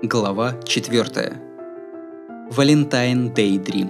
Глава 4. Valentine Daydream.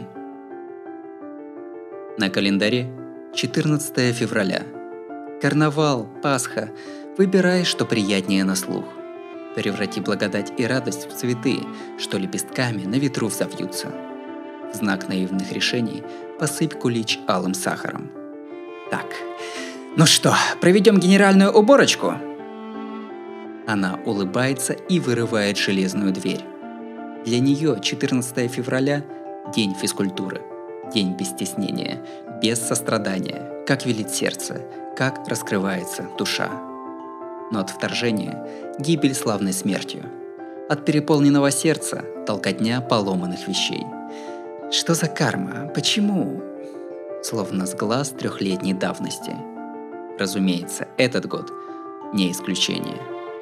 На календаре 14 февраля. Карнавал, Пасха. Выбирай, что приятнее на слух. Преврати благодать и радость в цветы, что лепестками на ветру взовьются. В знак наивных решений посыпь кулич алым сахаром. Так, ну что, проведем генеральную уборочку? Она улыбается и вырывает железную дверь. Для нее 14 февраля – день физкультуры, день без стеснения, без сострадания, как велит сердце, как раскрывается душа. Но от вторжения – гибель славной смертью. От переполненного сердца – толкотня поломанных вещей. Что за карма? Почему? Словно с глаз трехлетней давности. Разумеется, этот год не исключение.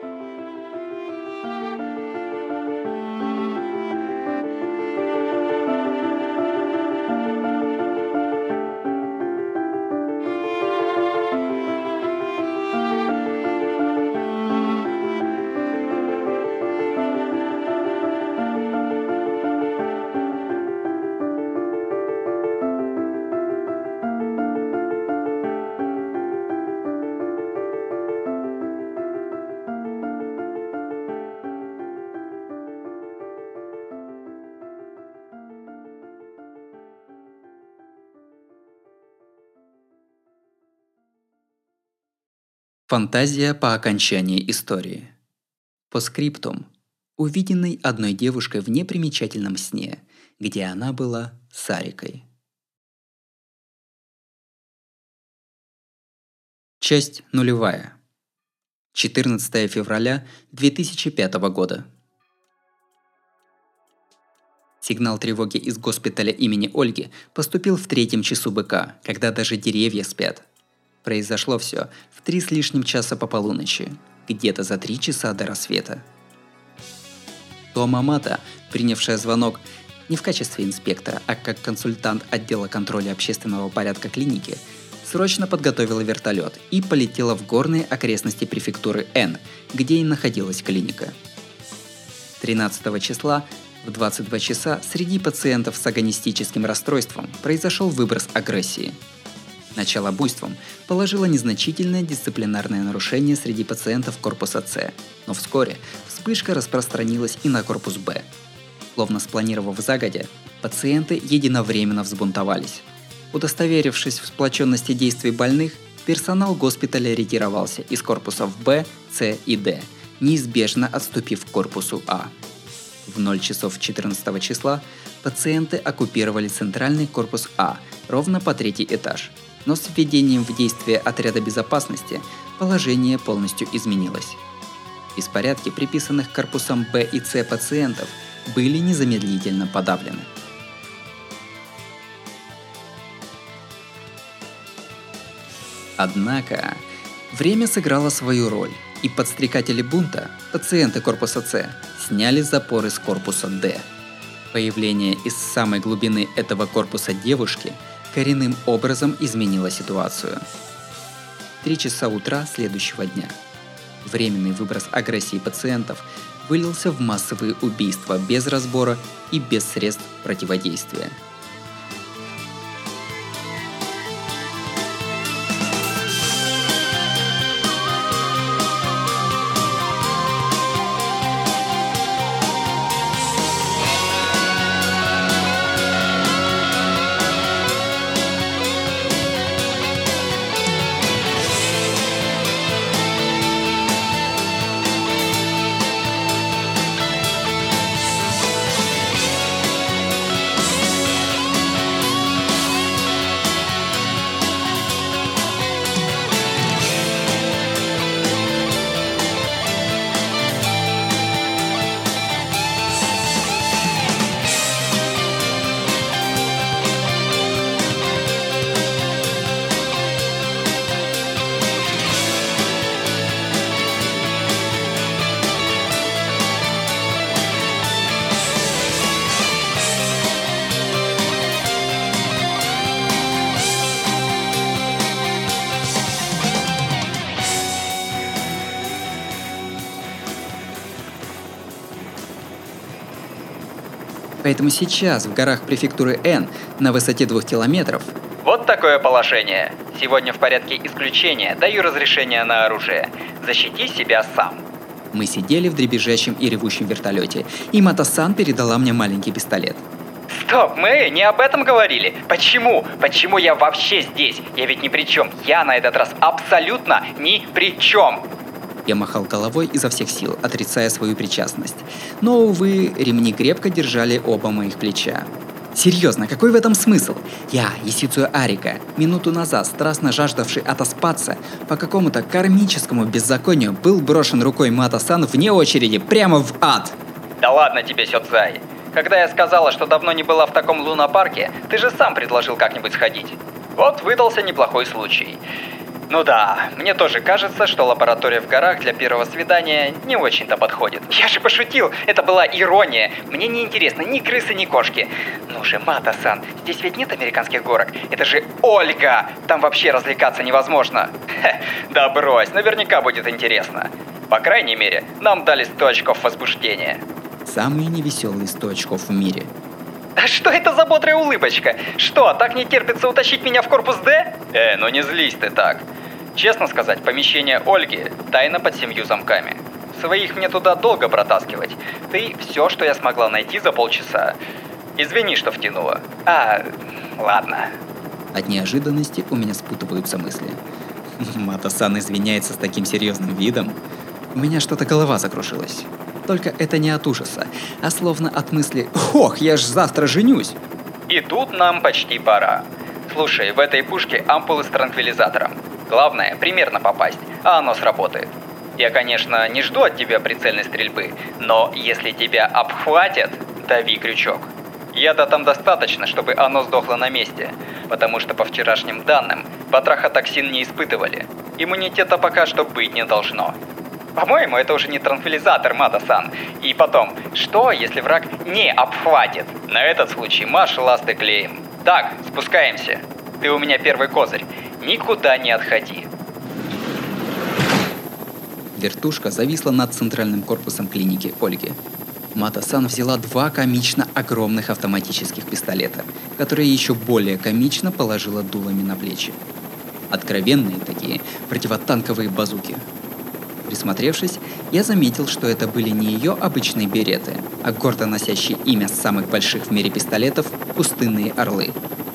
Фантазия по окончании истории. По скриптум. Увиденный одной девушкой в непримечательном сне, где она была Сарикой. Часть нулевая. 14 февраля 2005 года. Сигнал тревоги из госпиталя имени Ольги поступил в 3 часу быка, когда даже деревья спят. Произошло все в 3 с лишним часа по полуночи, где-то за 3 часа до рассвета. Тома Мата, принявшая звонок не в качестве инспектора, а как консультант отдела контроля общественного порядка клиники, срочно подготовила вертолет и полетела в горные окрестности префектуры Н, где и находилась клиника. 13 числа в 22 часа среди пациентов с агонистическим расстройством произошел выброс агрессии. Начало буйством положило незначительное дисциплинарное нарушение среди пациентов корпуса С, но вскоре вспышка распространилась и на корпус Б. Словно спланировав загодя, пациенты единовременно взбунтовались. Удостоверившись в сплоченности действий больных, персонал госпиталя ретировался из корпусов Б, С и Д, неизбежно отступив к корпусу А. В 0 часов 14 числа пациенты оккупировали центральный корпус А ровно по 3-й этаж. Но с введением в действие отряда безопасности положение полностью изменилось. Беспорядки, приписанных корпусам Б и С пациентов, были незамедлительно подавлены. Однако, время сыграло свою роль, и подстрекатели бунта, пациенты корпуса С, сняли запоры с корпуса Д. Появление из самой глубины этого корпуса девушки коренным образом изменила ситуацию. 3 часа утра следующего дня. Временный выброс агрессии пациентов вылился в массовые убийства без разбора и без средств противодействия. Поэтому сейчас в горах префектуры Н на высоте 2 километров Вот такое положение. Сегодня в порядке исключения даю разрешение на оружие. Защити себя сам. мы сидели в дребезжащем и ревущем вертолете, и Мата-сан передала мне маленький пистолет. Стоп, мы не об этом говорили. Почему? Почему я вообще здесь? Я ведь ни при чем. Я на этот раз абсолютно ни при чем. Я махал головой изо всех сил, отрицая свою причастность. Но, увы, ремни крепко держали оба моих плеча. Серьезно, какой в этом смысл? Я, Исицуя Арика, минуту назад страстно жаждавший отоспаться, по какому-то кармическому беззаконию был брошен рукой Мата-сан вне очереди прямо в ад. Да ладно тебе, Сёдзай. Когда я сказала, что давно не была в таком лунопарке, ты же сам предложил как-нибудь сходить. Вот выдался неплохой случай. Ну да, мне тоже кажется, что лаборатория в горах для первого свидания не очень-то подходит. Я же пошутил, это была ирония. Мне не интересно ни крысы, ни кошки. Ну же, Мата-сан, здесь ведь нет американских горок. Это же Ольга! Там вообще развлекаться невозможно. Да брось, наверняка будет интересно. По крайней мере, нам дали 100 очков возбуждения. Самые невеселые 100 очков в мире. А что это за бодрая улыбочка? Что, так не терпится утащить меня в корпус Д? Ну не злись ты так. Честно сказать, помещение Ольги тайно под 7 замками. Своих мне туда долго протаскивать. Ты все, что я смогла найти за полчаса. Извини, что втянула. Ладно. От неожиданности у меня спутываются мысли. Мата-сан извиняется с таким серьезным видом. У меня что-то голова закружилась. Только это не от ужаса, а словно от мысли «Ох, я ж завтра женюсь!» И тут нам почти пора. Слушай, в этой пушке ампулы с транквилизатором. Главное, примерно попасть, а оно сработает. Я, конечно, не жду от тебя прицельной стрельбы, но если тебя обхватят, дави крючок. Яда там достаточно, чтобы оно сдохло на месте, потому что по вчерашним данным, батрахотоксин не испытывали. Иммунитета пока что быть не должно. По-моему, это уже не транквилизатор, Мата-сан. И потом, что, если враг не обхватит? На этот случай маш ласты клеим. Так, спускаемся. Ты у меня первый козырь. Никуда не отходи. Вертушка зависла над центральным корпусом клиники Ольги. Мата-сан взяла 2 комично огромных автоматических пистолета, которые еще более комично положила дулами на плечи. Откровенные такие противотанковые базуки. Присмотревшись, я заметил, что это были не ее обычные береты, а гордо носящие имя самых больших в мире пистолетов «Пустынные орлы».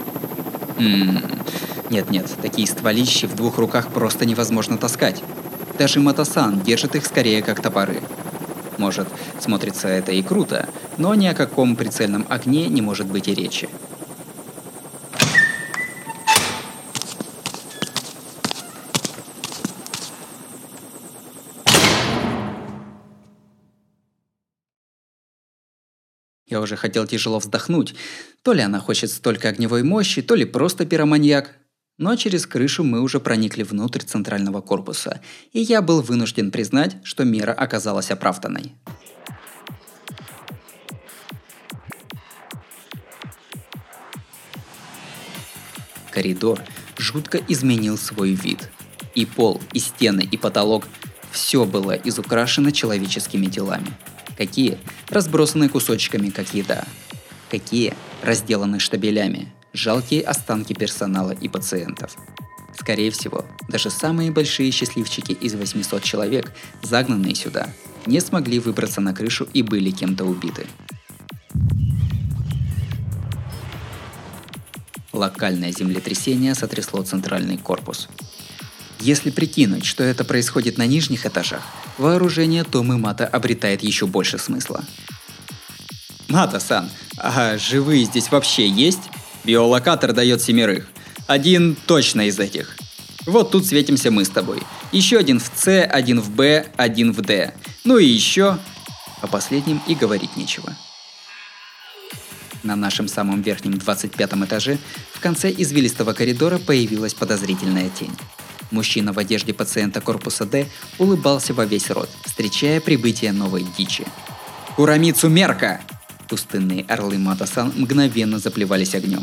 Нет-нет, такие стволищи в 2 руках просто невозможно таскать. Даже Мата-сан держит их скорее как топоры. Может, смотрится это и круто, но ни о каком прицельном огне не может быть и речи. Я уже хотел тяжело вздохнуть. То ли она хочет столько огневой мощи, то ли просто пироманьяк. Но через крышу мы уже проникли внутрь центрального корпуса, и я был вынужден признать, что мера оказалась оправданной. Коридор жутко изменил свой вид. И пол, и стены, и потолок – все было изукрашено человеческими телами. Какие разбросаны кусочками, как еда. Какие разделаны штабелями, жалкие останки персонала и пациентов. Скорее всего, даже самые большие счастливчики из 800 человек, загнанные сюда, не смогли выбраться на крышу и были кем-то убиты. Локальное землетрясение сотрясло центральный корпус. Если прикинуть, что это происходит на нижних этажах, вооружение Томы Мата обретает еще больше смысла. Мата-сан, а живые здесь вообще есть? Биолокатор дает 7. Один точно из этих. Вот тут светимся мы с тобой. Еще один в С, один в Б, один в Д. Ну и еще... О последнем и говорить нечего. На нашем самом верхнем 25-м этаже в конце извилистого коридора появилась подозрительная тень. Мужчина в одежде пациента корпуса Д улыбался во весь рот, встречая прибытие новой дичи. «Курамицу Мерка!» Пустынные орлы Мата-сан мгновенно заплевались огнем.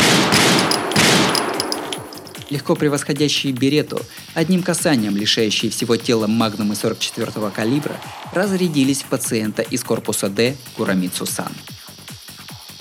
Легко превосходящие Берету, одним касанием лишающие всего тела магнумы 44-го калибра, разрядились в пациента из корпуса Д Курамицу-сан.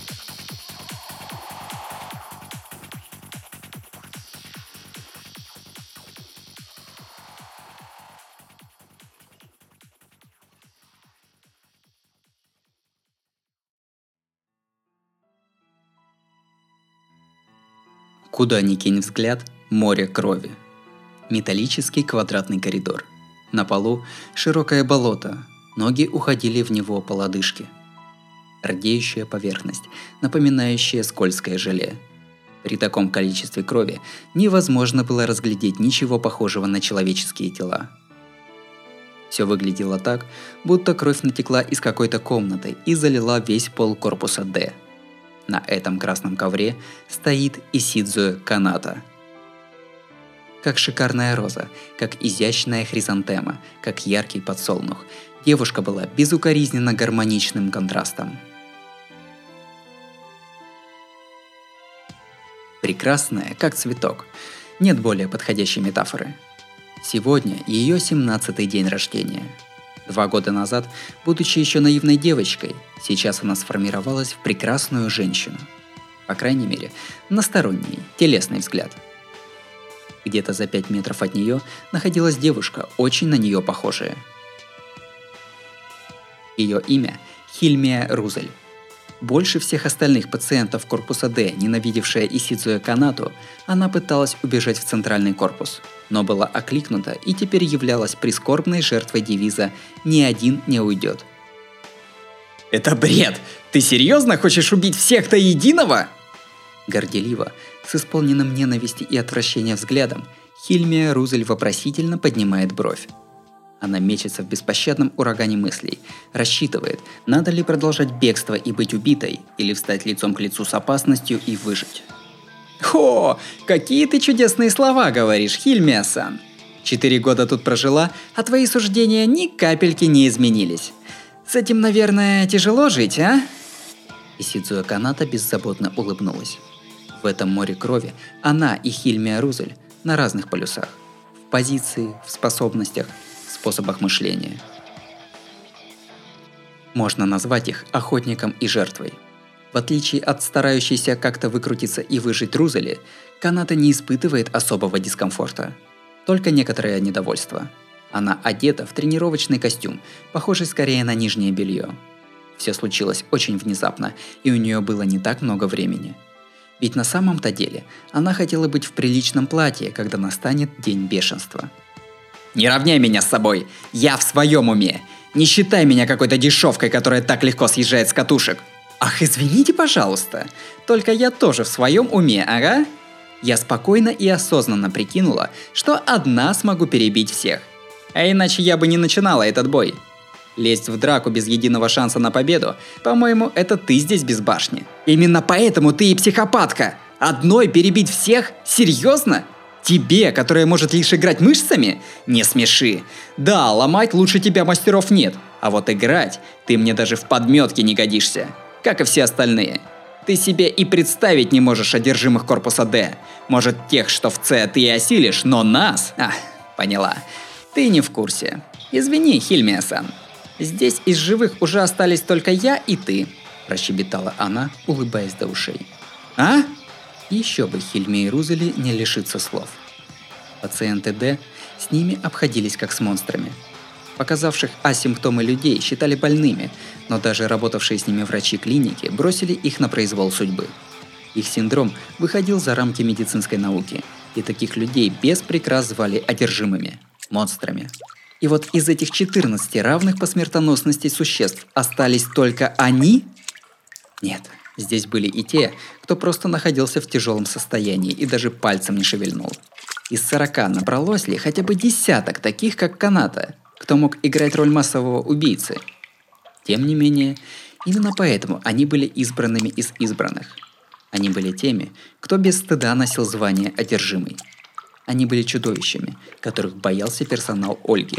Куда ни кинь взгляд, море крови. Металлический квадратный коридор. На полу широкое болото, ноги уходили в него по лодыжке. Рдеющая поверхность, напоминающая скользкое желе. При таком количестве крови невозможно было разглядеть ничего похожего на человеческие тела. Все выглядело так, будто кровь натекла из какой-то комнаты и залила весь пол корпуса Д. На этом красном ковре стоит Исидзуэ Каната. Как шикарная роза, как изящная хризантема, как яркий подсолнух, девушка была безукоризненно гармоничным контрастом. Прекрасная, как цветок. Нет более подходящей метафоры. Сегодня ее 17-й день рождения. 2 года назад, будучи еще наивной девочкой, сейчас она сформировалась в прекрасную женщину. По крайней мере, на сторонний, телесный взгляд. Где-то за 5 метров от нее находилась девушка, очень на нее похожая. Ее имя Хильмия Рузель. Больше всех остальных пациентов корпуса Д, ненавидевшая Исидзуэ Канату, она пыталась убежать в центральный корпус, но была окликнута и теперь являлась прискорбной жертвой девиза «Ни один не уйдет». Это бред! Ты серьезно хочешь убить всех до единого? Горделиво, с исполненным ненависти и отвращения взглядом, Хильмия Рузель вопросительно поднимает бровь. Она мечется в беспощадном урагане мыслей, рассчитывает, надо ли продолжать бегство и быть убитой, или встать лицом к лицу с опасностью и выжить. О, какие ты чудесные слова говоришь, Хильмия-сан. 4 года тут прожила, а твои суждения ни капельки не изменились. С этим, наверное, тяжело жить, а? Исидзуэ Каната беззаботно улыбнулась. В этом море крови она и Хильмия Рузель на разных полюсах. В позиции, в способностях, в способах мышления. Можно назвать их охотником и жертвой. В отличие от старающейся как-то выкрутиться и выжить Рузели, Каната не испытывает особого дискомфорта. Только некоторое недовольство. Она одета в тренировочный костюм, похожий скорее на нижнее белье. Все случилось очень внезапно, и у нее было не так много времени. Ведь на самом-то деле она хотела быть в приличном платье, когда настанет день бешенства. Не равняй меня с собой, я в своем уме. Не считай меня какой-то дешевкой, которая так легко съезжает с катушек. Ах, извините, пожалуйста, только я тоже в своем уме, ага? Я спокойно и осознанно прикинула, что одна смогу перебить всех. А иначе я бы не начинала этот бой. Лезть в драку без единого шанса на победу, по-моему, это ты здесь без башни. Именно поэтому ты и психопатка. Одной перебить всех? Серьезно? Тебе, которая может лишь играть мышцами? Не смеши. Да, ломать лучше тебя мастеров нет, а вот играть ты мне даже в подметке не годишься. Как и все остальные. Ты себе и представить не можешь одержимых корпуса Д. Может, тех, что в С, ты и осилишь, но нас... Поняла. Ты не в курсе. Извини, Хильмия-сан. Здесь из живых уже остались только я и ты, прощебетала она, улыбаясь до ушей. А? Еще бы Хильмии Рузели не лишиться слов. Пациенты Д с ними обходились как с монстрами. Показавших асимптомы людей считали больными, но даже работавшие с ними врачи клиники бросили их на произвол судьбы. Их синдром выходил за рамки медицинской науки, и таких людей без прикрас звали одержимыми, монстрами. И вот из этих 14 равных по смертоносности существ остались только они? Нет, здесь были и те, кто просто находился в тяжелом состоянии и даже пальцем не шевельнул. Из 40 набралось ли хотя бы десяток таких, как Каната, кто мог играть роль массового убийцы? Тем не менее, именно поэтому они были избранными из избранных. Они были теми, кто без стыда носил звание одержимый. Они были чудовищами, которых боялся персонал Ольги.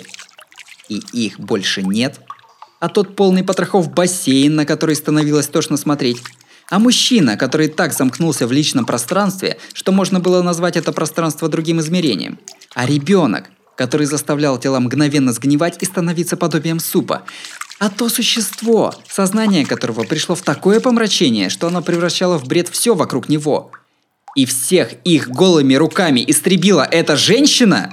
И их больше нет. А тот полный потрохов бассейн, на который становилось тошно смотреть. А мужчина, который так замкнулся в личном пространстве, что можно было назвать это пространство другим измерением. А ребенок, который заставлял тела мгновенно сгнивать и становиться подобием супа. А то существо, сознание которого пришло в такое помрачение, что оно превращало в бред все вокруг него. И всех их голыми руками истребила эта женщина?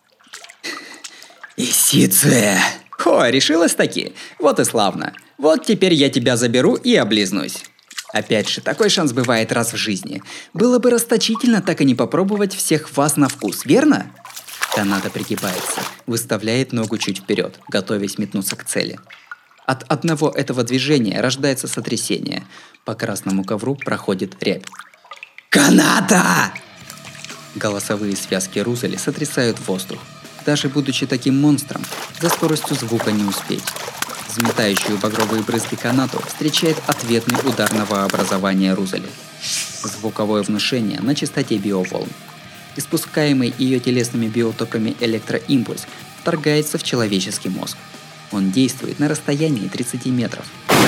Исидзуэ! О, решилась таки? Вот и славно. Вот теперь я тебя заберу и облизнусь. Опять же, такой шанс бывает раз в жизни. Было бы расточительно так и не попробовать всех вас на вкус, верно? Каната пригибается, выставляет ногу чуть вперед, готовясь метнуться к цели. От одного этого движения рождается сотрясение. По красному ковру проходит рябь. «Каната!» Голосовые связки Рузели сотрясают воздух. Даже будучи таким монстром, за скоростью звука не успеть. Взметающую багровые брызги канату встречает ответный удар новообразования Рузели. Звуковое внушение на частоте биоволн. Испускаемый ее телесными биотоками электроимпульс вторгается в человеческий мозг. Он действует на расстоянии 30 метров.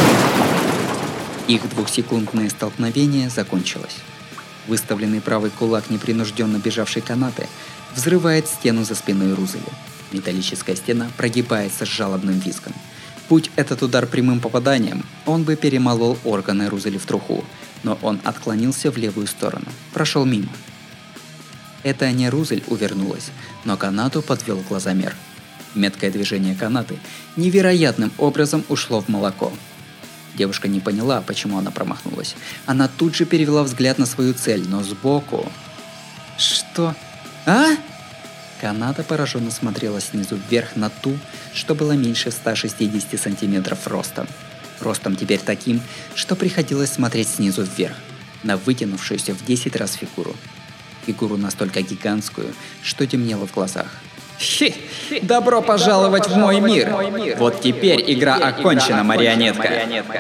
Их двухсекундное столкновение закончилось. Выставленный правый кулак непринужденно бежавшей канаты взрывает стену за спиной Рузели. Металлическая стена прогибается с жалобным визгом. Будь этот удар прямым попаданием, он бы перемолол органы Рузели в труху, но он отклонился в левую сторону, прошел мимо. Это не Рузель увернулась, но канату подвел глазомер. Меткое движение канаты невероятным образом ушло в молоко. Девушка не поняла, почему она промахнулась. Она тут же перевела взгляд на свою цель, но сбоку... Что? А? Каната пораженно смотрела снизу вверх на ту, что было меньше 160 сантиметров ростом. Ростом теперь таким, что приходилось смотреть снизу вверх, на вытянувшуюся в 10 раз фигуру. Фигуру настолько гигантскую, что темнело в глазах. Хи! Добро пожаловать в мой мир! Вот теперь игра окончена, марионетка!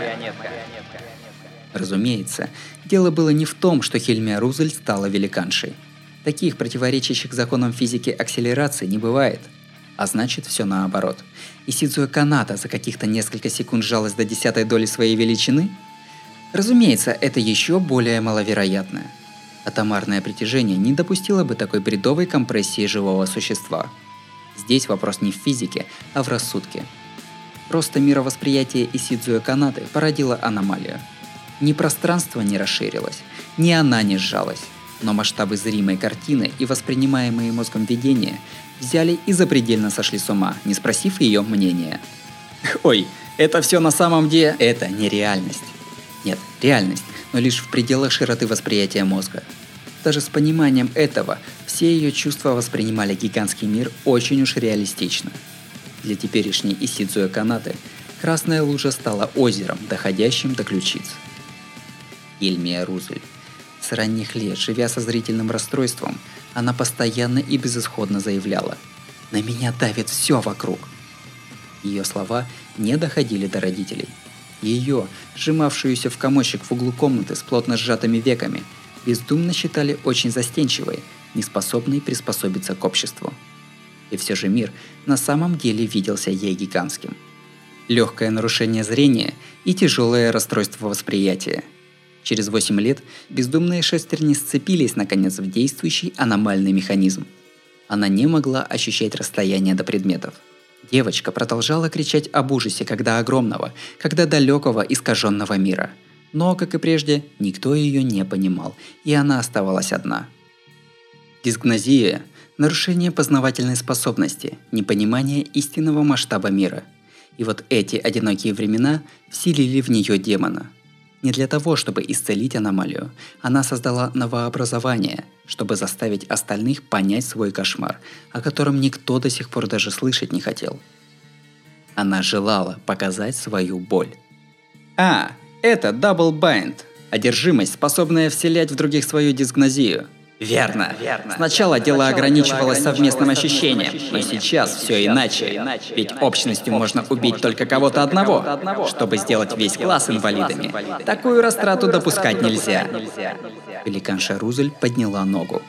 Разумеется, дело было не в том, что Хельмия Рузель стала великаншей. Таких противоречащих законам физики акселерации не бывает. А значит, все наоборот. И Сидзуя Каната за каких-то несколько секунд сжалась до 10-й доли своей величины? Разумеется, это еще более маловероятно. Атомарное притяжение не допустило бы такой бредовой компрессии живого существа. Здесь вопрос не в физике, а в рассудке. Просто мировосприятие Исидзуя Канаты породило аномалию. Ни пространство не расширилось, ни она не сжалась, но масштабы зримой картины и воспринимаемые мозгом видения взяли и запредельно сошли с ума, не спросив ее мнения. Ой, это все на самом деле... Это не реальность. Нет, реальность, но лишь в пределах широты восприятия мозга. Даже с пониманием этого все ее чувства воспринимали гигантский мир очень уж реалистично. Для теперешней Исидзуя Канаты красная лужа стала озером, доходящим до ключиц. Хельмия Рузель. С ранних лет, живя со зрительным расстройством, она постоянно и безысходно заявляла: «На меня давит все вокруг». Ее слова не доходили до родителей. Ее, сжимавшуюся в комочек в углу комнаты с плотно сжатыми веками, бездумно считали очень застенчивой, неспособной приспособиться к обществу. И все же мир на самом деле виделся ей гигантским. Легкое нарушение зрения и тяжелое расстройство восприятия. Через 8 лет бездумные шестерни сцепились наконец в действующий аномальный механизм. Она не могла ощущать расстояние до предметов. Девочка продолжала кричать об ужасе, когда огромного, когда далекого, искаженного мира. Но, как и прежде, никто ее не понимал, и она оставалась одна. Дисгнозия – нарушение познавательной способности, непонимание истинного масштаба мира. И вот эти одинокие времена вселили в нее демона. Не для того, чтобы исцелить аномалию, она создала новообразование, чтобы заставить остальных понять свой кошмар, о котором никто до сих пор даже слышать не хотел. Она желала показать свою боль. А, это Double Bind. Одержимость, способная вселять в других свою дисгнозию. Верно. Сначала дело ограничивалось совместным ощущением, но сейчас все иначе. Ведь общностью можно убить только кого-то одного, чтобы сделать весь класс инвалидами. Такую растрату допускать нельзя. Великанша Рузель подняла ногу.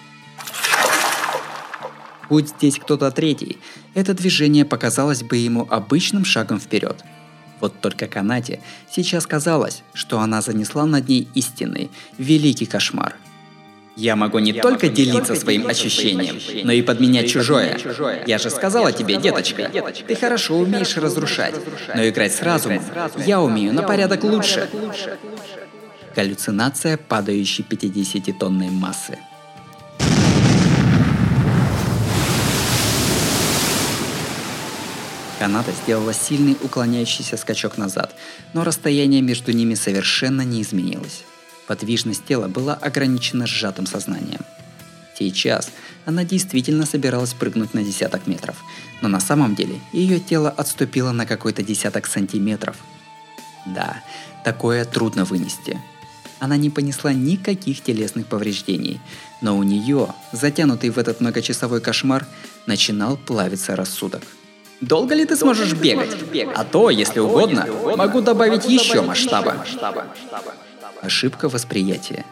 Будь здесь кто-то третий, это движение показалось бы ему обычным шагом вперед. Вот только Канате сейчас казалось, что она занесла над ней истинный, великий кошмар. Я могу не только делиться своим ощущением, но и подменять чужое. Я же сказала тебе, деточка, ты хорошо умеешь разрушать, но играть с разумом я умею на порядок лучше. Галлюцинация падающей 50-тонной массы. Каната сделала сильный уклоняющийся скачок назад, но расстояние между ними совершенно не изменилось. Подвижность тела была ограничена сжатым сознанием. Сейчас она действительно собиралась прыгнуть на десяток метров, но на самом деле ее тело отступило на какой-то десяток сантиметров. Да, такое трудно вынести. Она не понесла никаких телесных повреждений, но у нее, затянутый в этот многочасовой кошмар, начинал плавиться рассудок. Долго ли ты сможешь бегать? А то, если угодно, могу добавить еще масштаба. Ошибка восприятия.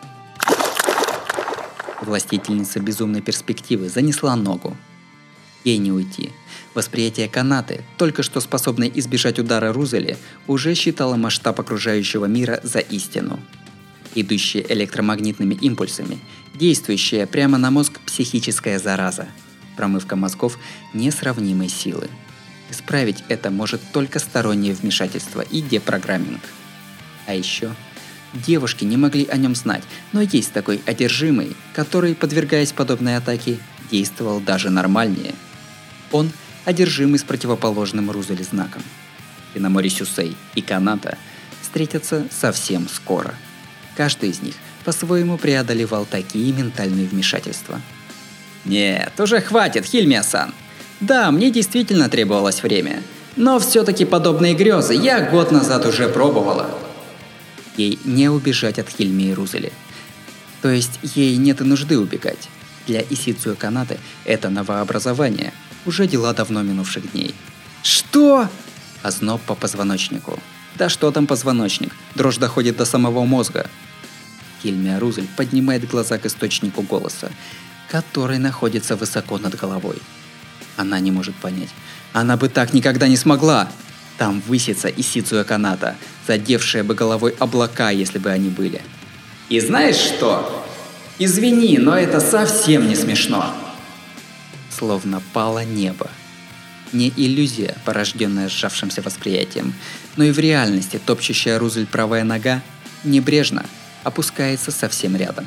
Властительница безумной перспективы занесла ногу. Ей не уйти. Восприятие Канаты, только что способной избежать удара Рузели, уже считало масштаб окружающего мира за истину. Идущая электромагнитными импульсами, действующая прямо на мозг психическая зараза. Промывка мозгов несравнимой силы. Исправить это может только стороннее вмешательство и депрограмминг. А еще девушки не могли о нем знать, но есть такой одержимый, который, подвергаясь подобной атаке, действовал даже нормальнее. Он одержимый с противоположным Рузели знаком. Иномори Сюсей и Каната встретятся совсем скоро. Каждый из них по-своему преодолевал такие ментальные вмешательства. Нет, уже хватит, Хильмия-сан. Да, мне действительно требовалось время, но все-таки подобные грезы я год назад уже пробовала. Ей не убежать от Хильмии Рузели. То есть ей нет и нужды убегать. Для Исидзуэ Канаты это новообразование, уже дела давно минувших дней. Что? Озноб по позвоночнику. Да что там позвоночник, дрожь доходит до самого мозга. Хильмия Рузель поднимает глаза к источнику голоса, который находится высоко над головой. Она не может понять. Она бы так никогда не смогла. Там высится Исидзуэ Каната, задевшая бы головой облака, если бы они были. И знаешь что? Извини, но это совсем не смешно. Словно пало небо. Не иллюзия, порожденная сжавшимся восприятием, но и в реальности топчущая Рузель правая нога небрежно опускается совсем рядом.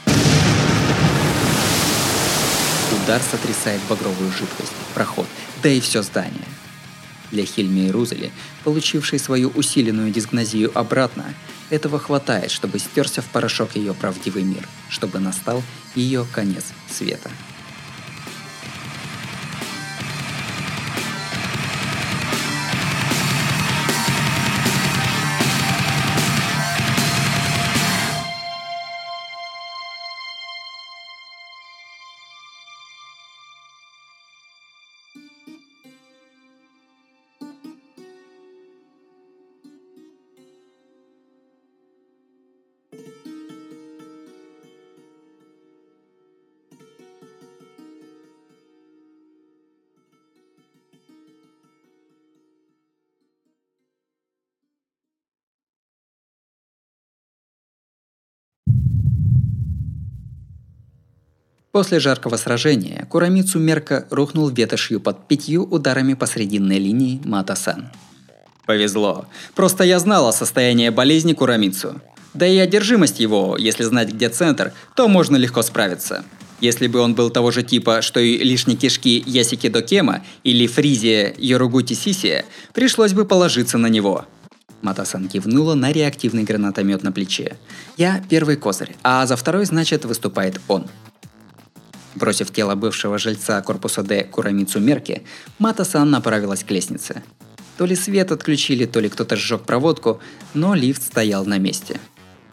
Удар сотрясает багровую жидкость, проход, да и все здание. Для Хильмии Рузели, получившей свою усиленную дисгнозию обратно, этого хватает, чтобы стерся в порошок ее правдивый мир, чтобы настал ее конец света. После жаркого сражения Курамицу Мерка рухнул ветошью под 5 ударами по срединной линии Мата-сан. Повезло. Просто я знал о состоянии болезни Курамицу. Да и одержимость его, если знать, где центр, то можно легко справиться. Если бы он был того же типа, что и лишние кишки Ясики Докема или Фризия Йоругути Сисия, пришлось бы положиться на него. Мата-сан кивнула на реактивный гранатомет на плече. Я первый козырь, а за второй, значит, выступает он. Бросив тело бывшего жильца корпуса Д Курамицу Мерки, Мата-сан направилась к лестнице. То ли свет отключили, то ли кто-то сжег проводку, но лифт стоял на месте.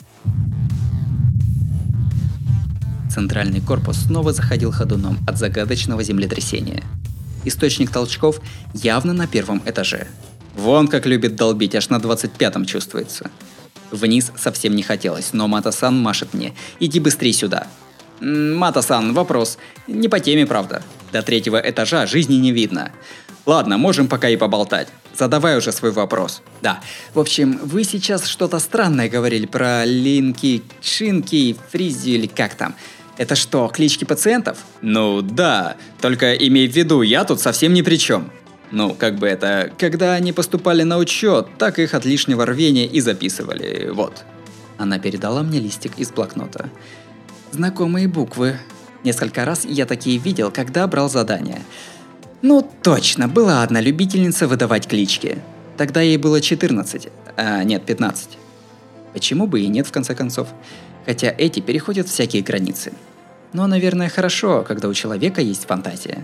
Центральный корпус снова заходил ходуном от загадочного землетрясения. Источник толчков явно на 1 этаже. Вон как любит долбить, аж на 25-м чувствуется. Вниз совсем не хотелось, но Мата-сан машет мне: «Иди быстрей сюда». Мата-сан, вопрос. Не по теме, правда. До 3-го этажа жизни не видно. Ладно, можем пока и поболтать. Задавай уже свой вопрос. Да, в общем, вы сейчас что-то странное говорили про Линки, Шинки, Фризию или как там. Это что, клички пациентов? Ну да, только имей в виду, я тут совсем ни при чем. Ну, как бы это, когда они поступали на учет, так их от лишнего рвения и записывали, вот. Она передала мне листик из блокнота. Знакомые буквы. Несколько раз я такие видел, когда брал задания. Ну, точно, была одна любительница выдавать клички. Тогда ей было 14, нет, 15. Почему бы и нет, в конце концов. Хотя эти переходят всякие границы. Но, наверное, хорошо, когда у человека есть фантазия.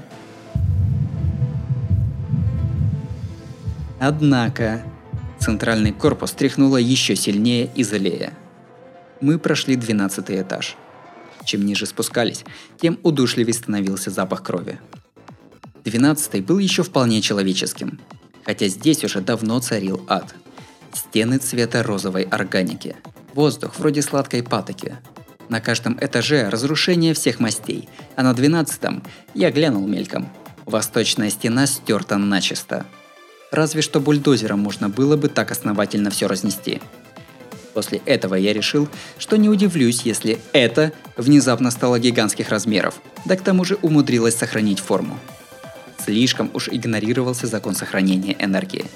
Однако, центральный корпус тряхнуло еще сильнее и злее. Мы прошли 12-й этаж. Чем ниже спускались, тем удушливее становился запах крови. 12-й был еще вполне человеческим, хотя здесь уже давно царил ад. Стены цвета розовой органики, воздух вроде сладкой патоки. На каждом этаже разрушение всех мастей, а на 12-м я глянул мельком. Восточная стена стерта начисто. Разве что бульдозером можно было бы так основательно все разнести. После этого я решил, что не удивлюсь, если это внезапно стало гигантских размеров, да к тому же умудрилось сохранить форму. Слишком уж игнорировался закон сохранения энергии.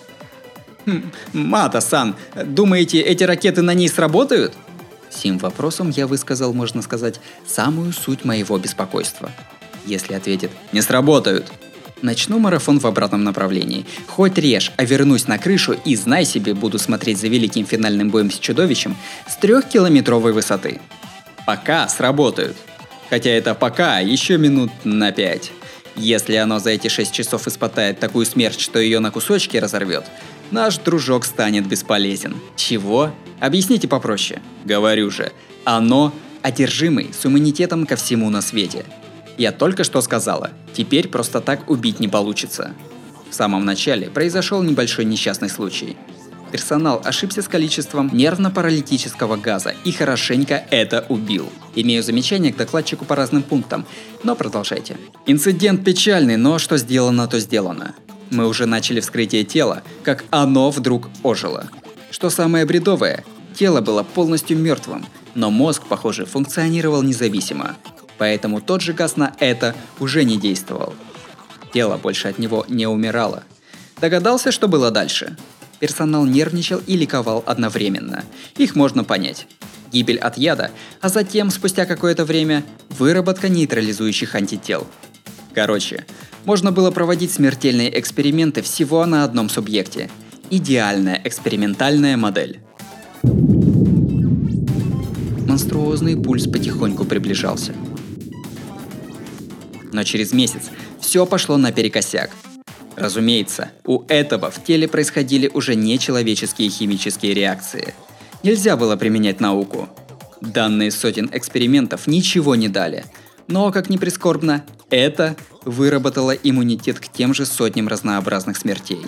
«Мата-сан, думаете, эти ракеты на ней сработают?» Сим вопросом я высказал, можно сказать, самую суть моего беспокойства. Если ответит «не сработают», начну марафон в обратном направлении. Хоть режь, а вернусь на крышу и, знай себе, буду смотреть за великим финальным боем с чудовищем с 3-километровой высоты. Пока сработают. Хотя это пока еще минут на 5. Если оно за эти 6 часов испытает такую смерть, что ее на кусочки разорвет, наш дружок станет бесполезен. Чего? Объясните попроще. Говорю же, оно одержимый с иммунитетом ко всему на свете. Я только что сказала, теперь просто так убить не получится. В самом начале произошел небольшой несчастный случай. Персонал ошибся с количеством нервно-паралитического газа и хорошенько это убил. Имею замечания к докладчику по разным пунктам, но продолжайте. Инцидент печальный, но что сделано, то сделано. Мы уже начали вскрытие тела, как оно вдруг ожило. Что самое бредовое, тело было полностью мертвым, но мозг, похоже, функционировал независимо. Поэтому тот же газ на это уже не действовал. Тело больше от него не умирало. Догадался, что было дальше? Персонал нервничал и ликовал одновременно. Их можно понять. Гибель от яда, а затем, спустя какое-то время, выработка нейтрализующих антител. Короче, можно было проводить смертельные эксперименты всего на одном субъекте. Идеальная экспериментальная модель. Монструозный пульс потихоньку приближался. Но через месяц все пошло наперекосяк. Разумеется, у этого в теле происходили уже нечеловеческие химические реакции. Нельзя было применять науку. Данные сотен экспериментов ничего не дали. Но, как ни прискорбно, это выработало иммунитет к тем же сотням разнообразных смертей.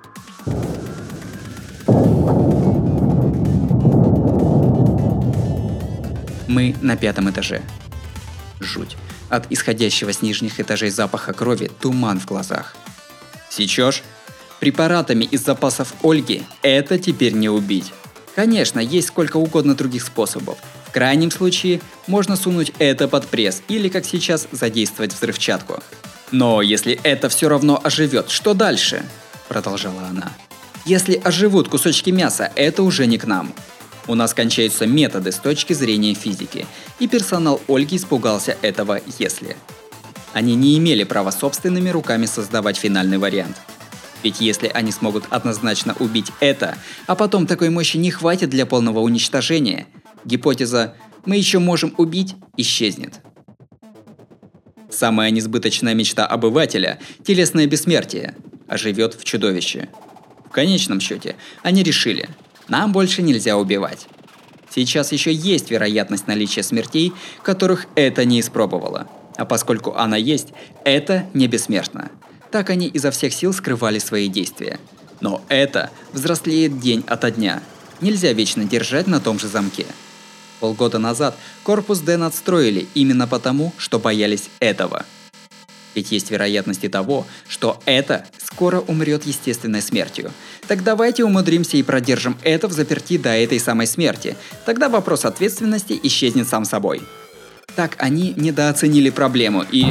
Мы на 5-м этаже. Жуть. От исходящего с нижних этажей запаха крови туман в глазах. Сечешь? Препаратами из запасов Ольги это теперь не убить. Конечно, есть сколько угодно других способов. В крайнем случае, можно сунуть это под пресс или, как сейчас, задействовать взрывчатку. Но если это все равно оживет, что дальше? Продолжала она. Если оживут кусочки мяса, это уже не к нам. У нас кончаются методы с точки зрения физики, и персонал Ольги испугался этого «если». Они не имели права собственными руками создавать финальный вариант. Ведь если они смогут однозначно убить это, а потом такой мощи не хватит для полного уничтожения, гипотеза «мы еще можем убить» исчезнет. Самая несбыточная мечта обывателя – телесное бессмертие – оживет в чудовище. В конечном счете, они решили – нам больше нельзя убивать. Сейчас еще есть вероятность наличия смертей, которых это не испробовало. А поскольку она есть, это не бессмертно. Так они изо всех сил скрывали свои действия. Но это взрослеет день ото дня. Нельзя вечно держать на том же замке. Полгода назад корпус Д надстроили именно потому, что боялись этого. Ведь есть вероятность и того, что это скоро умрет естественной смертью. Так давайте умудримся и продержим это взаперти до этой самой смерти. Тогда вопрос ответственности исчезнет сам собой. Так они недооценили проблему и...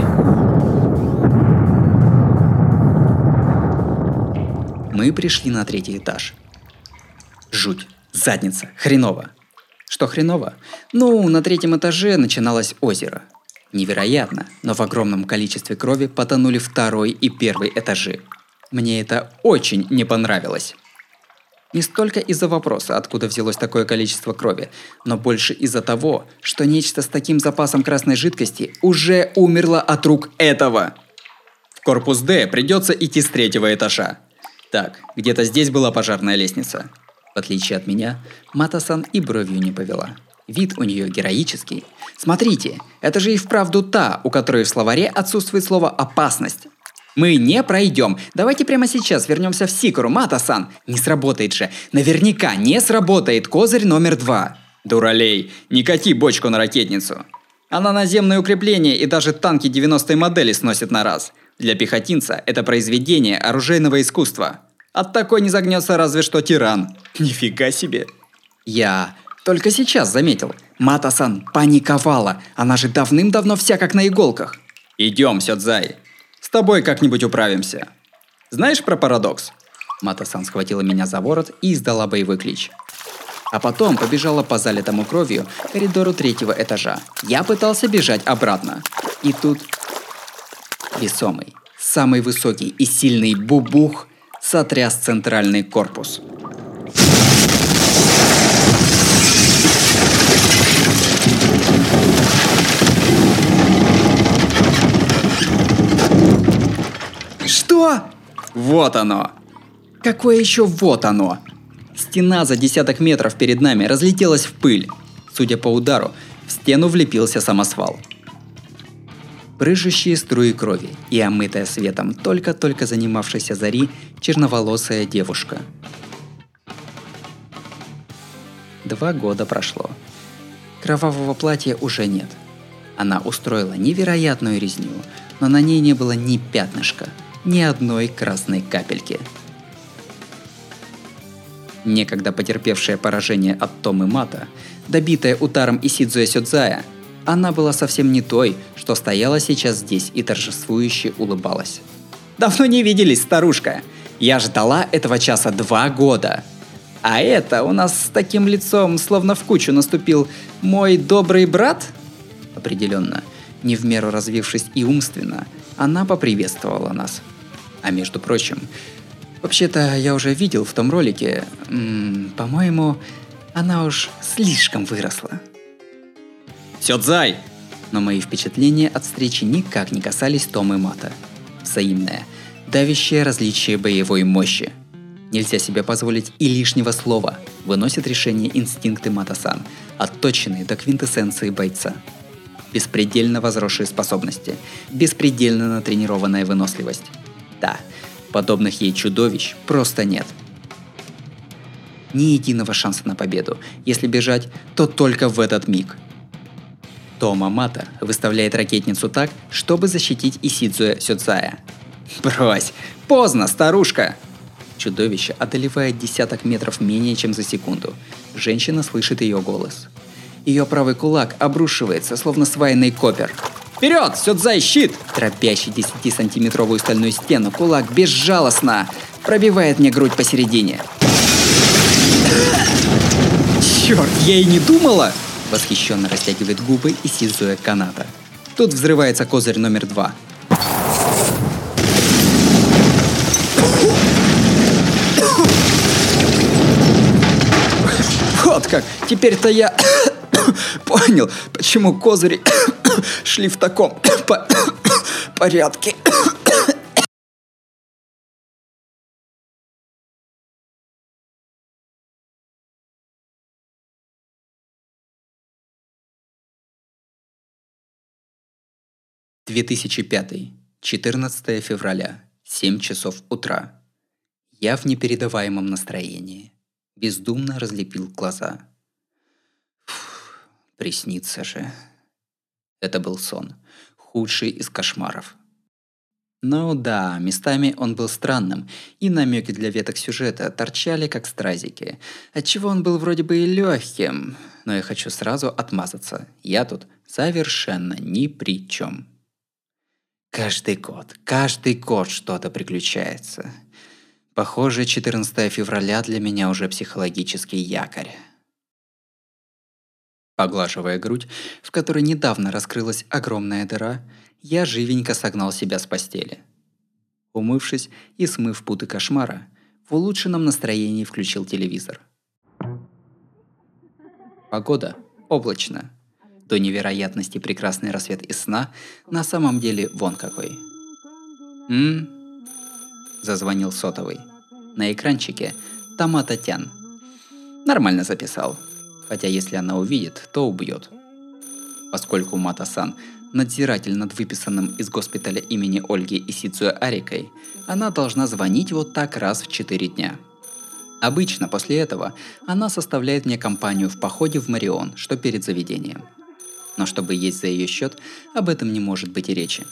Мы пришли на 3-й этаж. Жуть, задница, хреново. Что хреново? Ну, на 3-м этаже начиналось озеро. Невероятно, но в огромном количестве крови потонули 2-й и 1-й этажи. Мне это очень не понравилось. Не столько из-за вопроса, откуда взялось такое количество крови, но больше из-за того, что нечто с таким запасом красной жидкости уже умерло от рук этого. В корпус Д придется идти с 3-го этажа. Так, где-то здесь была пожарная лестница. В отличие от меня, Мата-сан и бровью не повела. Вид у нее героический. Смотрите, это же и вправду та, у которой в словаре отсутствует слово «опасность». Мы не пройдем. Давайте прямо сейчас вернемся в Сикуру, Мата-сан. Не сработает же. Наверняка не сработает козырь номер 2. Дуралей, не кати бочку на ракетницу. Она наземное укрепление и даже танки 90-й модели сносит на раз. Для пехотинца это произведение оружейного искусства. От такой не загнется разве что тиран. Нифига себе. Я только сейчас заметил. Мата-сан паниковала. Она же давным-давно вся как на иголках. Идем, Сёдзай. С тобой как-нибудь управимся. Знаешь про парадокс? Мата-сан схватила меня за ворот и издала боевой клич. А потом побежала по залитому кровью коридору 3-го этажа. Я пытался бежать обратно. И тут весомый, самый высокий и сильный бубух сотряс центральный корпус. Что? Вот оно. Какое еще вот оно? Стена за десяток метров перед нами разлетелась в пыль. Судя по удару, в стену влепился самосвал. Брыжущие струи крови и омытая светом только-только занимавшаяся зари черноволосая девушка. 2 года прошло. Кровавого платья уже нет. Она устроила невероятную резню, но на ней не было ни пятнышка, ни одной красной капельки. Некогда потерпевшая поражение от Томы Мата, добитая ударом Исидзуя Сёдзая, она была совсем не той, что стояла сейчас здесь и торжествующе улыбалась. «Давно не виделись, старушка! Я ждала этого часа 2 года! А это у нас с таким лицом, словно в кучу наступил мой добрый брат?» Определенно, не в меру развившись и умственно, она поприветствовала нас. А между прочим, вообще-то я уже видел в том ролике, по-моему, она уж слишком выросла. Сёдзай! Но мои впечатления от встречи никак не касались Томы Мата. Взаимное, давящее различие боевой мощи. Нельзя себе позволить и лишнего слова, выносит решение инстинкты Мата-сан, отточенные до квинтэссенции бойца. Беспредельно возросшие способности, беспредельно натренированная выносливость. Да, подобных ей чудовищ просто нет. Ни единого шанса на победу. Если бежать, то только в этот миг. Тома Мата выставляет ракетницу так, чтобы защитить Исидзуя Сёдзая. Брось! Поздно, старушка! Чудовище одолевает десяток метров менее чем за секунду. Женщина слышит ее голос. Ее правый кулак обрушивается, словно свайный копер. «Вперед, Сёдзай, щит!» Дробящий 10-сантиметровую стальную стену, кулак безжалостно пробивает мне грудь посередине. Черт, я и не думала! Восхищенно растягивает губы Исидзуя Каната. Тут взрывается козырь номер 2. Вот как! Теперь-то я понял, почему козыри шли в таком порядке. «2005. 14 февраля. 7 часов утра. Я в непередаваемом настроении. Бездумно разлепил глаза. Приснится же. Это был сон. Худший из кошмаров. Ну да, местами он был странным, и намеки для веток сюжета торчали как стразики, отчего он был вроде бы и легким, но я хочу сразу отмазаться. Я тут совершенно ни при чем. Каждый год что-то приключается. Похоже, 14 февраля для меня уже психологический якорь. Поглаживая грудь, в которой недавно раскрылась огромная дыра, я живенько согнал себя с постели. Умывшись и смыв путы кошмара, в улучшенном настроении включил телевизор. Погода облачно. До невероятности прекрасный рассвет из сна, на самом деле вон какой. Зазвонил сотовый. На экранчике Тамата Тян. Нормально записал. Хотя если она увидит, то убьет. Поскольку Мата-сан надзиратель над выписанным из госпиталя имени Ольги Исидзуэ Арикой, она должна звонить вот так раз в 4 дня. Обычно после этого она составляет мне компанию в походе в Марион, что перед заведением. Но чтобы есть за ее счет, об этом не может быть и речи.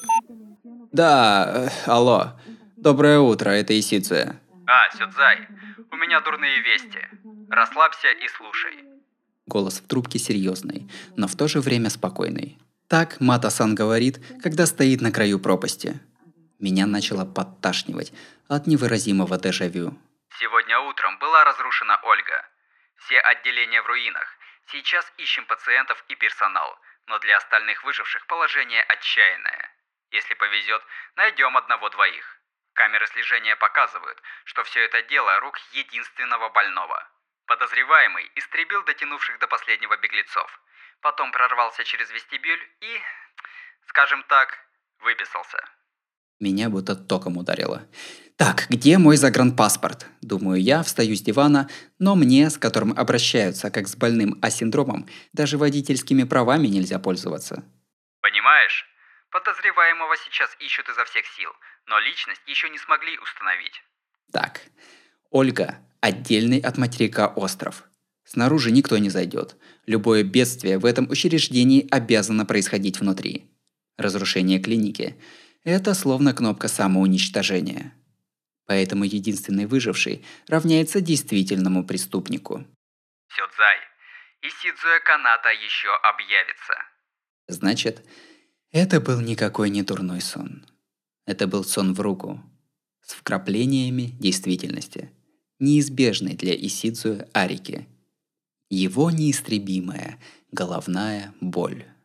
Да, алло. Доброе утро, это Исидзуэ. Сюдзай, у меня дурные вести. Расслабься и слушай. Голос в трубке серьезный, но в то же время спокойный. Так Мата-сан говорит, когда стоит на краю пропасти. Меня начало подташнивать от невыразимого дежавю. Сегодня утром была разрушена Ольга. Все отделения в руинах. Сейчас ищем пациентов и персонал, но для остальных выживших положение отчаянное. Если повезет, найдем одного-двоих. Камеры слежения показывают, что все это дело рук единственного больного. Подозреваемый истребил дотянувших до последнего беглецов. Потом прорвался через вестибюль и, скажем так, выписался. Меня будто током ударило. Так, где мой загранпаспорт? Думаю я, встаю с дивана, но мне, с которым обращаются как с больным А-синдромом, даже водительскими правами нельзя пользоваться. Понимаешь? Подозреваемого сейчас ищут изо всех сил, но личность еще не смогли установить. Так, Ольга – отдельный от материка остров. Снаружи никто не зайдет. Любое бедствие в этом учреждении обязано происходить внутри. Разрушение клиники – это словно кнопка самоуничтожения. Поэтому единственный выживший равняется действительному преступнику. Сёдзай, Исидзуэ Каната еще объявится. Значит, это был никакой не дурной сон. Это был сон в руку, с вкраплениями действительности, неизбежный для Исидзуэ Арики. Его неистребимая головная боль.